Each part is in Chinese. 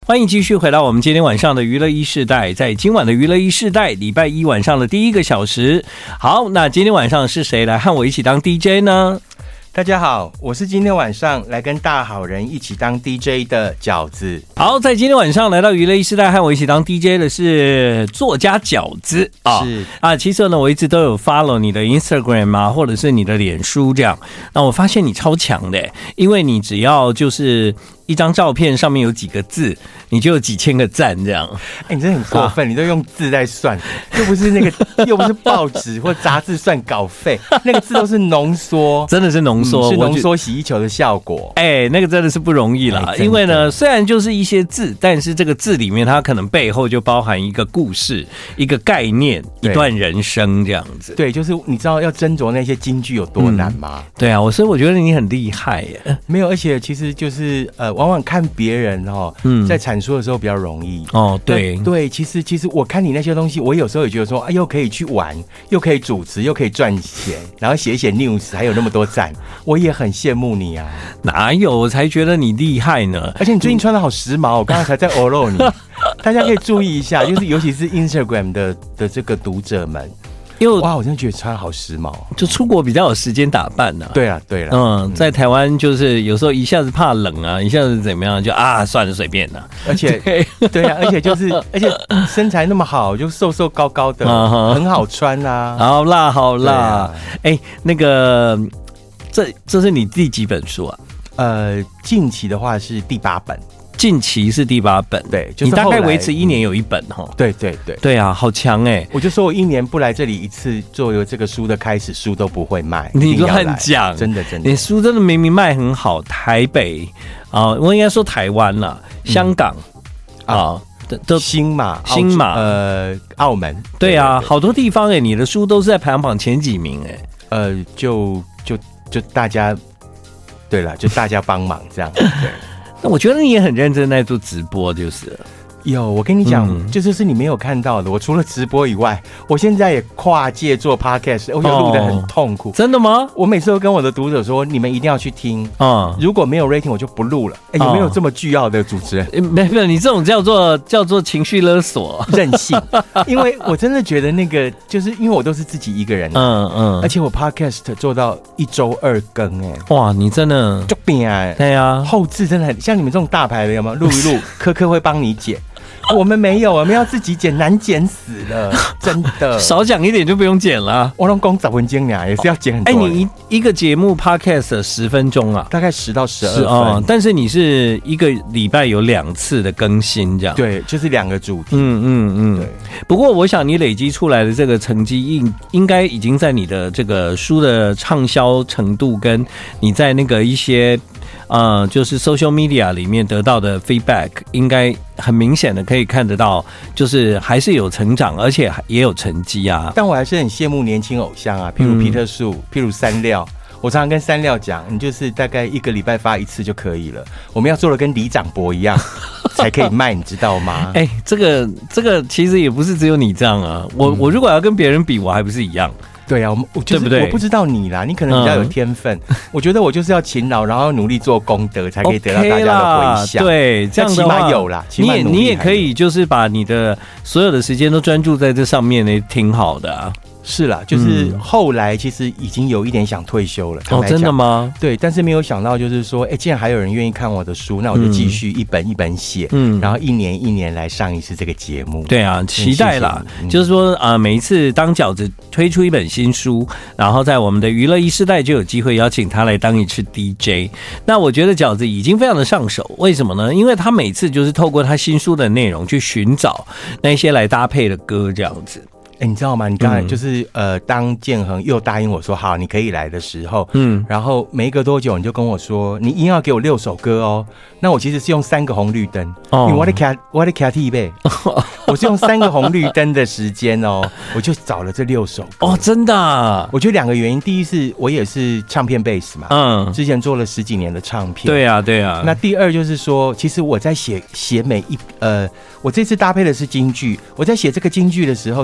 欢迎继续回到我们今天晚上的娱乐一世代，在今晚的娱乐一世代，礼拜一晚上的第1个小时。好，那今天晚上是谁来和我一起当 DJ 呢？ 大家好，我是今天晚上来跟大好人一起当 DJ 的饺子。 好，在今天晚上来到娱乐一世代和我一起当 DJ 的是作家饺子啊。 是啊，其实呢，我一直都有 follow 你的 Instagram 啊，或者是你的脸书这样。那我发现你超强的，因为你只要就是一张照片上面有几个字，你就有几千个赞这样。 你真的很过分，你都用字在算，又不是那个，又不是报纸或杂志算稿费，那个字都是浓缩， 真的是浓缩， 是浓缩洗衣球的效果。 那个真的是不容易啦，因为呢，虽然就是一些字，但是这个字里面它可能背后就包含一个故事、一个概念、一段人生这样子。 对，就是你知道要斟酌那些金句有多难吗？ 对啊，所以我觉得你很厉害耶。 没有，而且其实就是往往看别人在阐述的时候比较容易哦。对对，其实我看你那些东西，我有时候也觉得说，又可以去玩，又可以主持，又可以赚钱，然后写news， 还有那么多赞，我也很羡慕你啊。 哪有，我才觉得你厉害呢。 而且你最近穿的好时髦，我刚刚才在欧露你，大家可以注意一下，就是尤其是 Instagram 的这个读者们。因为哇，我真的觉得穿好时髦， 就出国比较有时间打扮啊。 对了， 在台湾就是有时候一下子怕冷啊，一下子怎么样就算了随便了。 而且对啊，而且身材那么好，就瘦瘦高高的，很好穿啊。 好啦，那个这是你第几本书啊？ 近期的话是第8本。 近期是第8本， 对，就是你大概维持1年有1本哈。 对啊，好强哎！ 我就说我1年不来这里一次，作为这个书的开始，书都不会卖。 你乱讲， 真的， 你书真的明明卖很好，台北啊，我应该说台湾啦，香港啊， 都新马、澳门， 对啊，好多地方你的书都是在排行榜前几名就大家，对了，就大家帮忙这样，对。 那我觉得你也很认真在做直播，就是了。 有，我跟你讲，这就是你没有看到的。我除了直播以外，我现在也跨界做 podcast， 我录得很痛苦。 真的吗？ 我每次都跟我的读者说，你们一定要去听。如果没有 rating， 我就不录了。有没有这么具要的主持人？ 没有，你这种叫做情绪勒索、 任性。因为我真的觉得那个，就是因为我都是自己一个人，而且我 podcast 做到1周2更， 哇，你真的就变对啊， 后置真的很像你们这种大牌的，有没有？录一录，科会帮你剪。我们没有，我们要自己剪，难剪死了，真的。 少讲一点就不用剪了。 我讲10分钟也是要剪很多。 你一个节目 podcast 10分钟啊， 大概10到12分。 但是你是一个礼拜有2次的更新，这样。 对，就是2个主题。 对。不过我想你累积出来的这个成绩，应该已经在你的这个书的畅销程度，跟你在那个一些就是 social media 里面得到的 feedback， 应该很明显的可以看得到，就是还是有成长，而且也有成绩啊。 但我还是很羡慕年轻偶像啊，譬如皮特树，譬如三料。我常常跟三料讲，你就是大概1个礼拜发1次就可以了。我们要做的跟李长博一样，才可以卖，你知道吗？ 这个其实也不是只有你这样啊。我如果要跟别人比，我还不是一样。 对啊，对不对？我不知道你啦，你可能比较有天分。我觉得我就是要勤劳，然后努力做功德，才可以得到大家的回响。 对，这样的话起码有啦。 你也可以就是把你的所有的时间都专注在这上面呢，挺好的啊。 是啦，就是后来其实已经有一点想退休了。 真的吗？ 对，但是没有想到就是说，既然还有人愿意看我的书，那我就继续一本一本写，然后一年一年来上一次这个节目。 对啊，期待啦。就是说每一次当饺子推出一本新书，然后在我们的娱乐一世代就有机会邀请他来当一次 DJ。那我觉得饺子已经非常的上手，为什么呢？因为他每次就是透过他新书的内容去寻找那些来搭配的歌，这样子。 你知道吗？你刚才就是当建恒又答应我说好，你可以来的时候，然后没隔多久你就跟我说，你硬要给我6首歌哦。那我其实是用3个红绿灯，我的卡蒂贝，我是用3个红绿灯的时间我就找了这6首歌。 真的啊？ 我觉得2个原因，第一是我也是唱片 base 嘛，之前做了10几年的唱片。 对啊，对啊。 那第二就是说，其实我在写每一我这次搭配的是京剧，我在写这个京剧的时候，写每一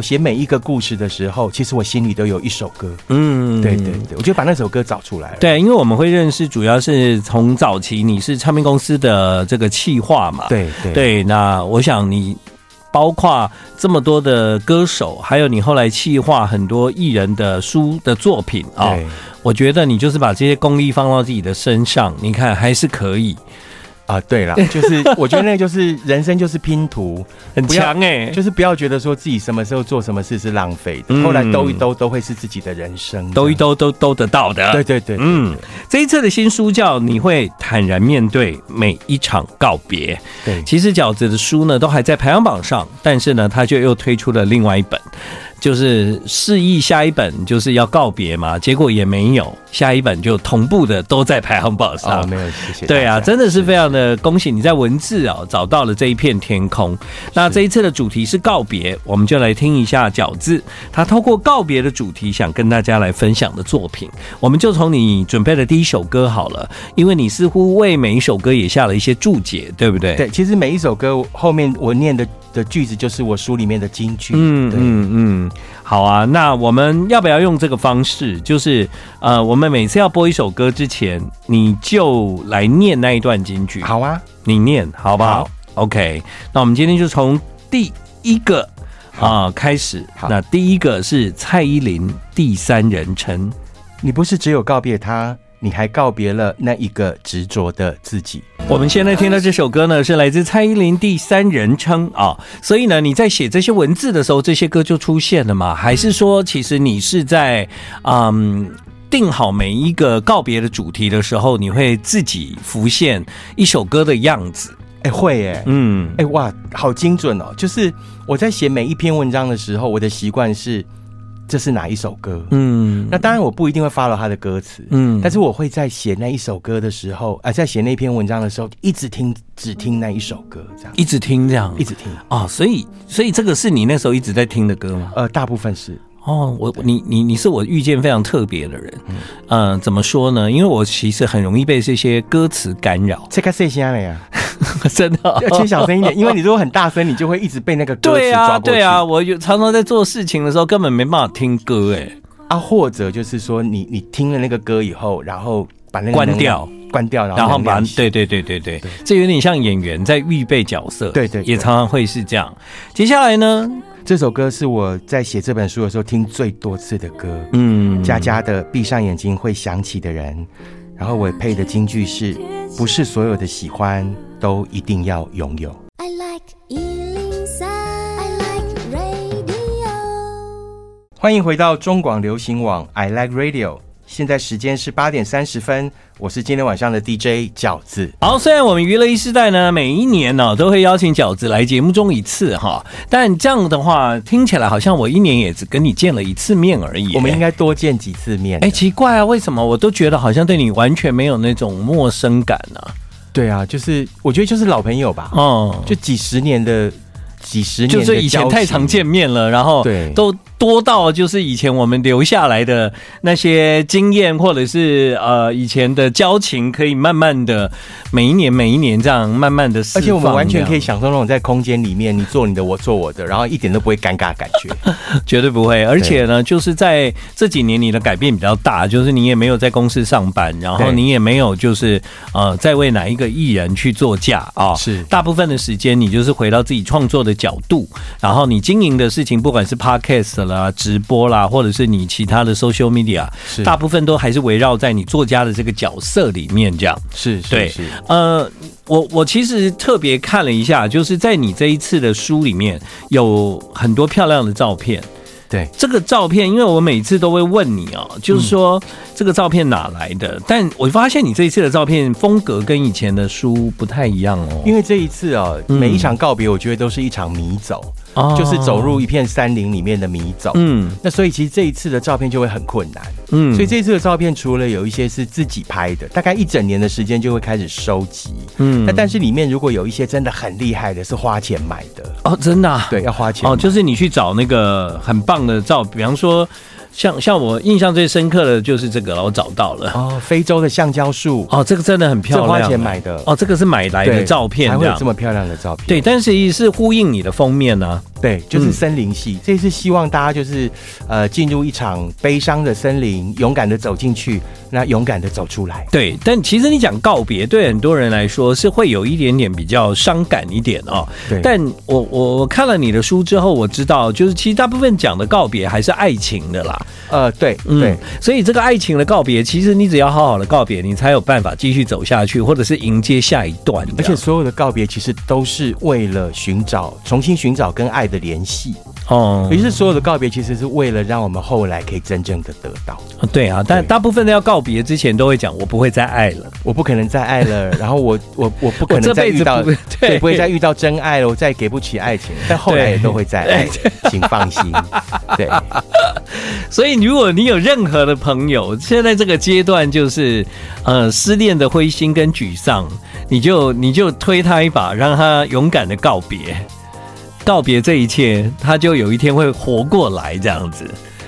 一个故事的时候，其实我心里都有一首歌。对，我就把那首歌找出来了。 对，因为我们会认识，主要是从早期你是唱片公司的这个企划嘛。对，那我想你包括这么多的歌手，还有你后来企划很多艺人的书的作品啊，我觉得你就是把这些功力放到自己的身上，你看还是可以。 对啦，就是我觉得那就是人生就是拼图， 很强就是不要觉得说自己什么时候做什么事是浪费的，后来兜一兜都会是自己的人生， 兜一兜都兜得到的。 对， 这一次的新书叫你会坦然面对每一场告别。 对， 其实饺子的书呢都还在排行榜上，但是呢他就又推出了另外一本。就是示意下一本就是要告别嘛，结果也没有，下一本就同步的都在排行榜上。 没有，谢谢。 对啊，真的是非常的恭喜你在文字找到了这一片天空。那这一次的主题是告别，我们就来听一下饺子他透过告别的主题想跟大家来分享的作品。我们就从你准备的第一首歌好了，因为你似乎为每一首歌也下了一些注解，对不对？ 对，其实每一首歌后面我念的句子就是我书里面的金句。 好啊，那我们要不要用这个方式？就是我们每次要播一首歌之前，你就来念那一段金句。 好啊， 你念好不好？好 OK， 那我们今天就从第一个开始。那第一个是蔡依林第三人称， 你不是只有告别他，你还告别了那一个执着的自己。 我们现在听的这首歌呢，是来自蔡依林第三人称所以呢，你在写这些文字的时候，这些歌就出现了吗？还是说，其实你是在定好每一个告别的主题的时候，你会自己浮现一首歌的样子？ 会耶，哇，好精准哦！就是我在写每一篇文章的时候，我的习惯是。这是哪一首歌？那当然我不一定会 follow 他的歌词，但是我会在写那一首歌的时候，在写那篇文章的时候，一直听，只听那一首歌，这样一直听，这样一直听所以这个是你那时候一直在听的歌吗？ 大部分是。 你是我遇见非常特别的人，怎么说呢？因为我其实很容易被这些歌词干扰。 这个谁先了呀？ 真的要切小声一点，因为你如果很大声，你就会一直被那个歌词抓过去。 对啊，我常常在做事情的时候根本没办法听歌或者就是说你听了那个歌以后，然后把那个关掉，然后把对，这有点像演员在预备角色， 对， 也常常会是这样。接下来呢？ 这首歌是我在写这本书的时候听最多次的歌，佳佳的闭上眼睛会想起的人，然后我配的金句是不是所有的喜欢都一定要拥有。 I like 103 I like radio。 欢迎回到中广流行网 I like radio，现在时间是8点30分，我是今天晚上的 DJ 饺子。 好，虽然我们娱乐一世代呢，每一年都会邀请饺子来节目中一次但这样的话听起来好像我一年也只跟你见了一次面而已。 我们应该多见几次面。 奇怪为什么我都觉得好像对你完全没有那种陌生感呢？ 对啊，就是我觉得就是老朋友吧，就几十年的就是以前太常见面了，然后都多到就是以前我们留下来的那些经验，或者是以前的交情，可以慢慢的每一年这样慢慢的释放， 而且我们完全可以享受那种在空间里面，你做你的，我做我的，然后一点都不会尴尬的感觉， 绝对不会。而且呢，就是在这几年你的改变比较大，就是你也没有在公司上班，然后你也没有就是在为哪一个艺人去做嫁是大部分的时间你就是回到自己创作的角度，然后你经营的事情，不管是 podcast 啦、直播啦，或者是你其他的 social media， 大部分都还是围绕在你作家的这个角色里面，这样对。我其实特别看了一下，就是在你这一次的书里面有很多漂亮的照片。 对， 这个照片，因为我每次都会问你就是说这个照片哪来的？但我发现你这一次的照片风格跟以前的书不太一样因为这一次每一场告别，我觉得都是一场迷走。就是走入一片山林里面的迷走。那所以其实这一次的照片就会很困难。所以这一次的照片除了有一些是自己拍的，大概1整年的时间就会开始收集。那但是里面如果有一些真的很厉害的，是花钱买的。 真的对，要花钱买。 就是你去找那个很棒的照，比方说像我印象最深刻的就是这个了，我找到了非洲的橡胶树。 这个真的很漂亮， 这花钱买的。 这个是买来的照片， 才会有这么漂亮的照片。 对，但是是呼应你的封面啊。 对，就是森林系。这次希望大家就是进入一场悲伤的森林，勇敢的走进去，那勇敢的走出来。 对，但其实你讲告别，对很多人来说是会有一点点比较伤感一点哦。 对， 但我看了你的书之后，我知道就是其实大部分讲的告别还是爱情的啦。 对，对， 所以这个爱情的告别，其实你只要好好的告别，你才有办法继续走下去，或者是迎接下一段。 而且所有的告别其实都是为了重新寻找跟爱的联系。也就是所有的告别其实是为了让我们后来可以真正的得到。 对啊，但大部分的要告别之前都会讲我不会再爱了， 我不可能再爱了，然后我不可能再遇到对，不会再遇到真爱了，我再也给不起爱情，但后来也都会再爱，请放心。对， 所以如果你有任何的朋友现在这个阶段就是失恋的灰心跟沮丧，你就推他一把，让他勇敢的告别这一切，他就有一天会活过来这样子。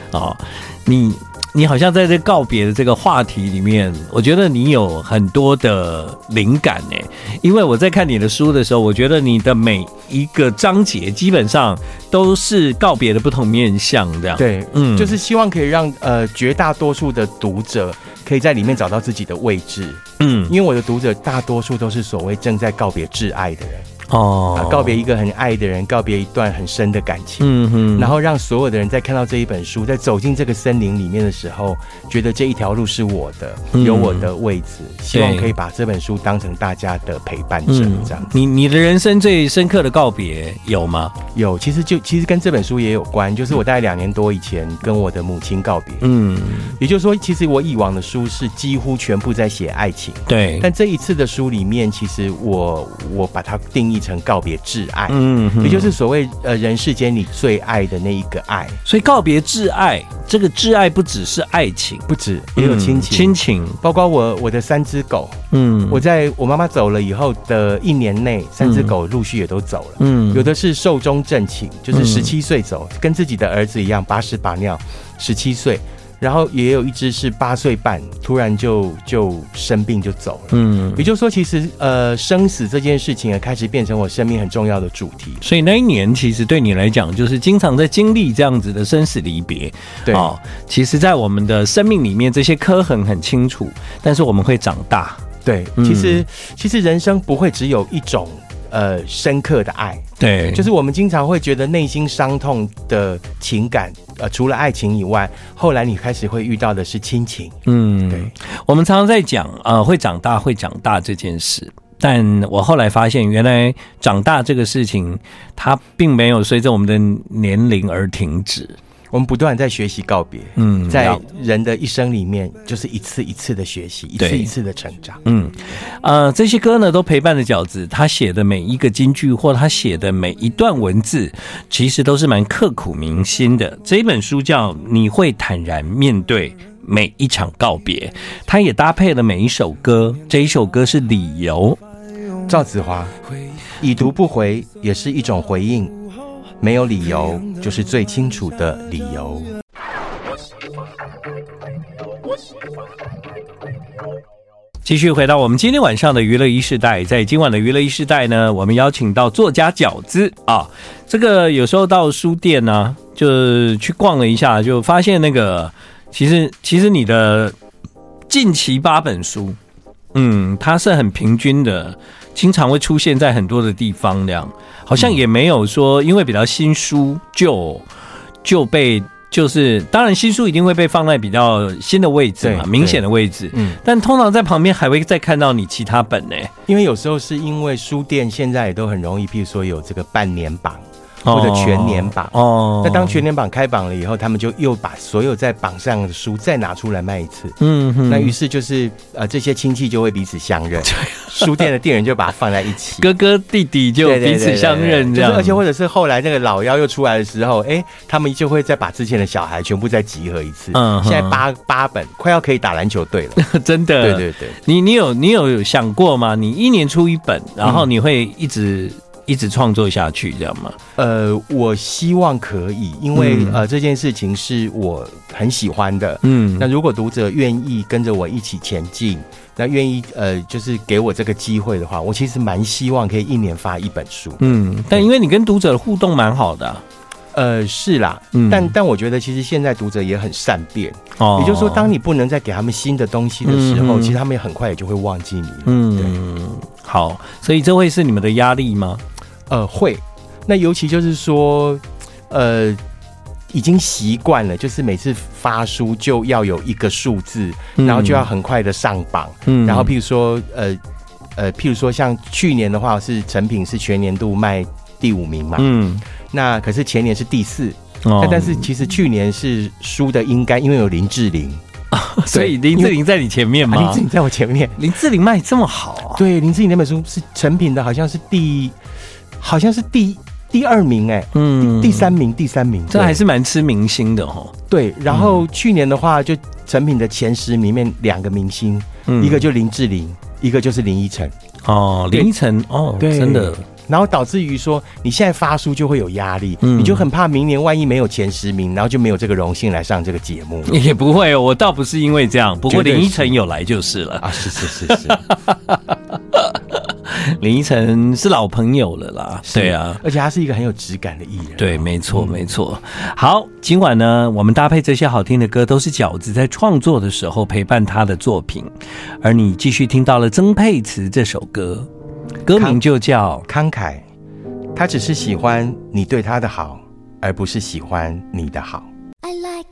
你好像在这告别的这个话题里面，我觉得你有很多的灵感耶，因为我在看你的书的时候，我觉得你的每一个章节基本上都是告别的不同面向这样。 对，就是希望可以让绝大多数的读者可以在里面找到自己的位置。因为我的读者大多数都是所谓正在告别挚爱的人。告别一个很爱的人，告别一段很深的感情，然后让所有的人在看到这一本书，在走进这个森林里面的时候，觉得这一条路是我的，有我的位置，希望可以把这本书当成大家的陪伴者，这样。 你的人生最深刻的告别有吗？ 有，其实跟这本书也有关，就是我大概2年多以前跟我的母亲告别。也就是说，其实我以往的书是几乎全部在写爱情， 对， 但这一次的书里面，其实我把它定义成告别挚爱，也就是所谓人世间你最爱的那一个爱。 所以告别挚爱，这个挚爱不只是爱情， 不止，也有亲情，包括我的3只狗。我在我妈妈走了以后的1年内，3只狗陆续也都走了。有的是寿终正寝，就是17岁走，跟自己的儿子一样把屎把尿，17岁。然后也有一只是8岁半，突然就生病就走了。也就是说，其实生死这件事情也开始变成我生命很重要的主题。 所以那一年其实对你来讲，就是经常在经历这样子的生死离别。 对， 其实，在我们的生命里面，这些刻痕很清楚，但是我们会长大。 对，其实人生不会只有一种深刻的爱。 对， 就是我们经常会觉得内心伤痛的情感，除了爱情以外，后来你开始会遇到的是亲情。对， 我们常常在讲会长大这件事，但我后来发现，原来长大这个事情，它并没有随着我们的年龄而停止。 我们不断在学习告别，在人的一生里面，就是一次一次的学习，一次一次的成长。 这些歌呢，都陪伴着饺子，他写的每一个金句，或他写的每一段文字，其实都是蛮刻骨铭心的。这一本书叫《你会坦然面对每一场告别》，它也搭配了每一首歌。这一首歌是《理由》， 赵子华，已读不回也是一种回应。没有理由，就是最清楚的理由。 继续回到我们今天晚上的娱乐一世代，在今晚的娱乐一世代呢，我们邀请到作家饺子啊。这个有时候到书店呢，就去逛了一下，就发现那个其实你的近期8本书，它是很平均的。经常会出现在很多的地方，这样好像也没有说，因为比较新书就被就是当然新书一定会被放在比较新的位置嘛，明显的位置，但通常在旁边还会再看到你其他本呢， 因为有时候是因为书店现在也都很容易，譬如说有这个半年榜。或者全年榜那当全年榜开榜了以后，他们就又把所有在榜上的书再拿出来卖一次。那于是就是这些亲戚就会彼此相认，书店的店员就把它放在一起， 哥哥弟弟就彼此相认这样。 而且或者是后来那个老幺又出来的时候，他们就会再把之前的小孩全部再集合一次。现在八本快要可以打篮球队了， 真的。对，你有想过吗？你1年出1本，然后你会一直创作下去，这样吗？ 我希望可以，因为这件事情是我很喜欢的。那如果读者愿意跟着我一起前进，那愿意就是给我这个机会的话，我其实蛮希望可以1年发1本书。 但因为你跟读者的互动蛮好的是啦，但我觉得其实现在读者也很善变，也就是说，当你不能再给他们新的东西的时候，其实他们也很快也就会忘记你了。对， 好，所以这会是你们的压力吗？ 会。那尤其就是说，已经习惯了，就是每次发书就要有一个数字，然后就要很快的上榜，然后譬如说像去年的话是成品是全年度卖第5名嘛，那可是前年是第4，但是其实去年是输的应该，因为有林志玲， 所以林志玲在你前面吗？ 林志玲在我前面， 林志玲卖这么好啊？ 对，林志玲那本书是成品的，好像是第2名第3名， 这还是蛮吃明星的哦。 对，然后去年的话，就成品的前10名里面2个明星，一个就林志玲，一个就是林依晨。 林依晨对，真的。 然后导致于说，你现在发书就会有压力，你就很怕明年万一没有前10名，然后就没有这个荣幸来上这个节目。 也不会我倒不是因为这样，不过林依晨有来就是了啊，是。 林依晨是老朋友了啦，对啊， 而且他是一个很有质感的艺人。 对，没错。好，今晚呢，我们搭配这些好听的歌，都是饺子在创作的时候陪伴他的作品，而你继续听到了曾沛慈这首歌，歌名就叫 《慷慨》，他只是喜欢你对他的好，而不是喜欢你的好。I like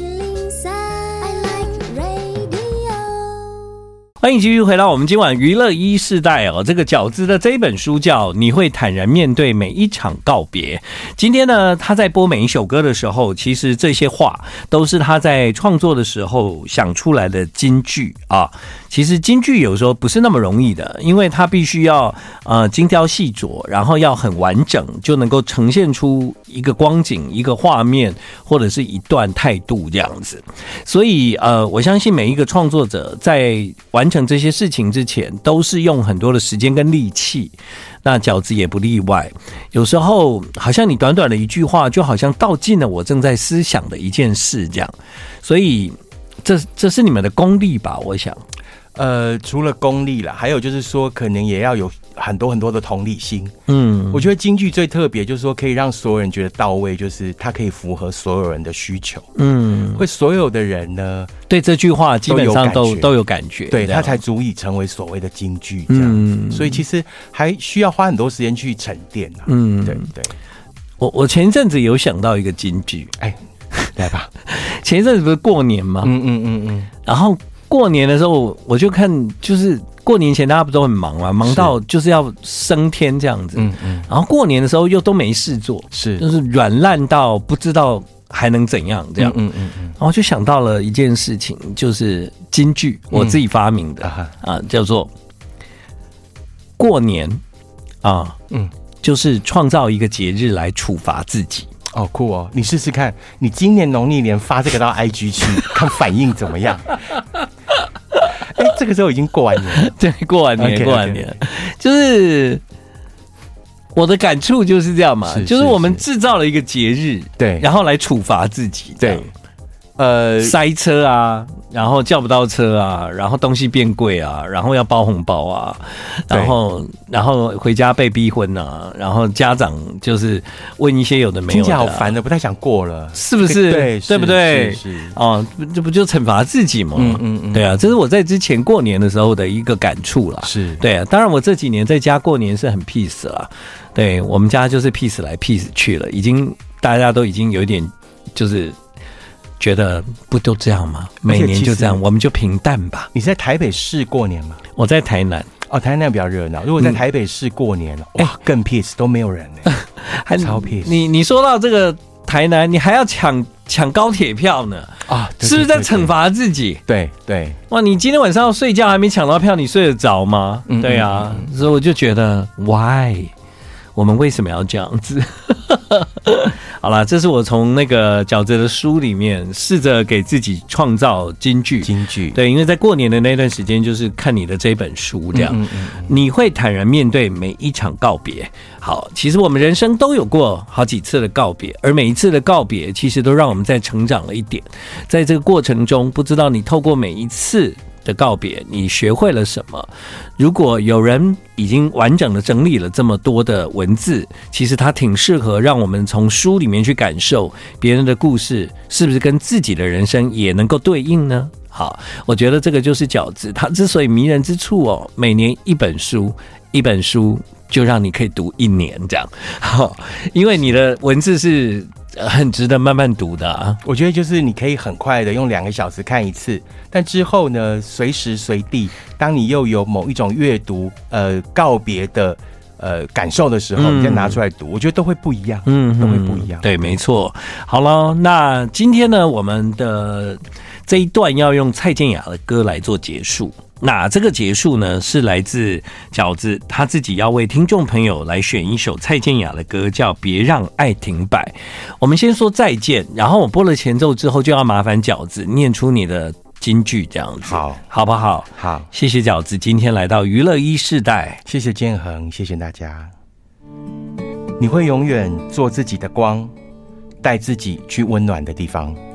103, I like radio。 欢迎继续回到我们今晚娱乐1世代这个饺子的这一本书叫《你会坦然面对每一场告别》。今天呢，他在播每一首歌的时候，其实这些话都是他在创作的时候想出来的金句啊。其实金句有时候不是那么容易的，因为它必须要精雕细琢，然后要很完整，就能够呈现出一个光景、一个画面或者是一段态度这样子。所以我相信每一个创作者在完成这些事情之前，都是用很多的时间跟力气。那饺子也不例外，有时候好像你短短的一句话，就好像道尽了我正在思想的一件事这样。所以这是你们的功力吧？我想。 除了功力啦，还有就是说，可能也要有很多很多的同理心。我觉得京剧最特别就是说，可以让所有人觉得到位，就是它可以符合所有人的需求。会所有的人呢，对这句话基本上都有感觉，对，它才足以成为所谓的京剧这样。所以其实还需要花很多时间去沉淀啊。对。 我前一阵子有想到一个京剧， 来吧。 前一阵子不是过年吗？然后。过年的时候，我就看，就是过年前大家不都很忙嘛，忙到就是要升天这样子。然后过年的时候又都没事做，就是软烂到不知道还能怎样这样。然后就想到了一件事情，就是京剧，我自己发明的叫做过年就是创造一个节日来处罚自己。 酷哦！你试试看，你今年农历年发这个到 IG 去看反应怎么样？这个时候已经过完年了， 对，过完年，就是我的感触就是这样嘛，就是我们制造了一个节日，对，然后来处罚自己，对。塞车啊，然后叫不到车啊，然后东西变贵啊，然后要包红包啊，然后回家被逼婚啊，然后家长就是问一些有的没有的， 听起来好烦的，不太想过了， 是不是？对不对？是这不就惩罚自己吗？对啊，这是我在之前过年的时候的一个感触啦。是，对啊，当然我这几年在家过年是很 peace 啦，对我们家就是 peace 来 peace 去了，已经大家都已经有一点就是觉得不都这样吗？每年就这样，我们就平淡吧。 你在台北市过年吗？ 我在台南。 台南比较热闹。如果在台北市过年，哇，更 peace， 都没有人呢，超 peace。 你说到这个台南，你还要抢高铁票呢是不是在惩罚自己？ 对， 哇，你今天晚上要睡觉还没抢到票，你睡得着吗？对啊，所以我就觉得 why？我们为什么要这样子？好啦，这是我从那个饺子的书里面试着给自己创造金句。对，因为在过年的那段时间，就是看你的这本书，这样你会坦然面对每一场告别。好，其实我们人生都有过好几次的告别，而每一次的告别，其实都让我们再成长了一点。在这个过程中，不知道你透过每一次的告别，你学会了什么？如果有人已经完整的整理了这么多的文字，其实它挺适合让我们从书里面去感受别人的故事，是不是跟自己的人生也能够对应呢？好，我觉得这个就是饺子它之所以迷人之处哦，每年一本书就让你可以读1年这样，因为你的文字是很值得慢慢读的啊。 我觉得就是你可以很快的用2个小时看一次，但之后呢，随时随地，当你又有某一种阅读告别的感受的时候，你再拿出来读，我觉得都会不一样，都会不一样。 对，没错。好了，那今天呢，我们的这一段要用蔡健雅的歌来做结束。那这个结束呢，是来自饺子他自己要为听众朋友来选一首蔡健雅的歌，叫《别让爱停摆》。我们先说再见，然后我播了前奏之后，就要麻烦饺子念出你的金句，这样子，好不好？ 好， 谢谢饺子今天来到娱乐1世代， 谢谢建恒，谢谢大家。你会永远做自己的光，带自己去温暖的地方。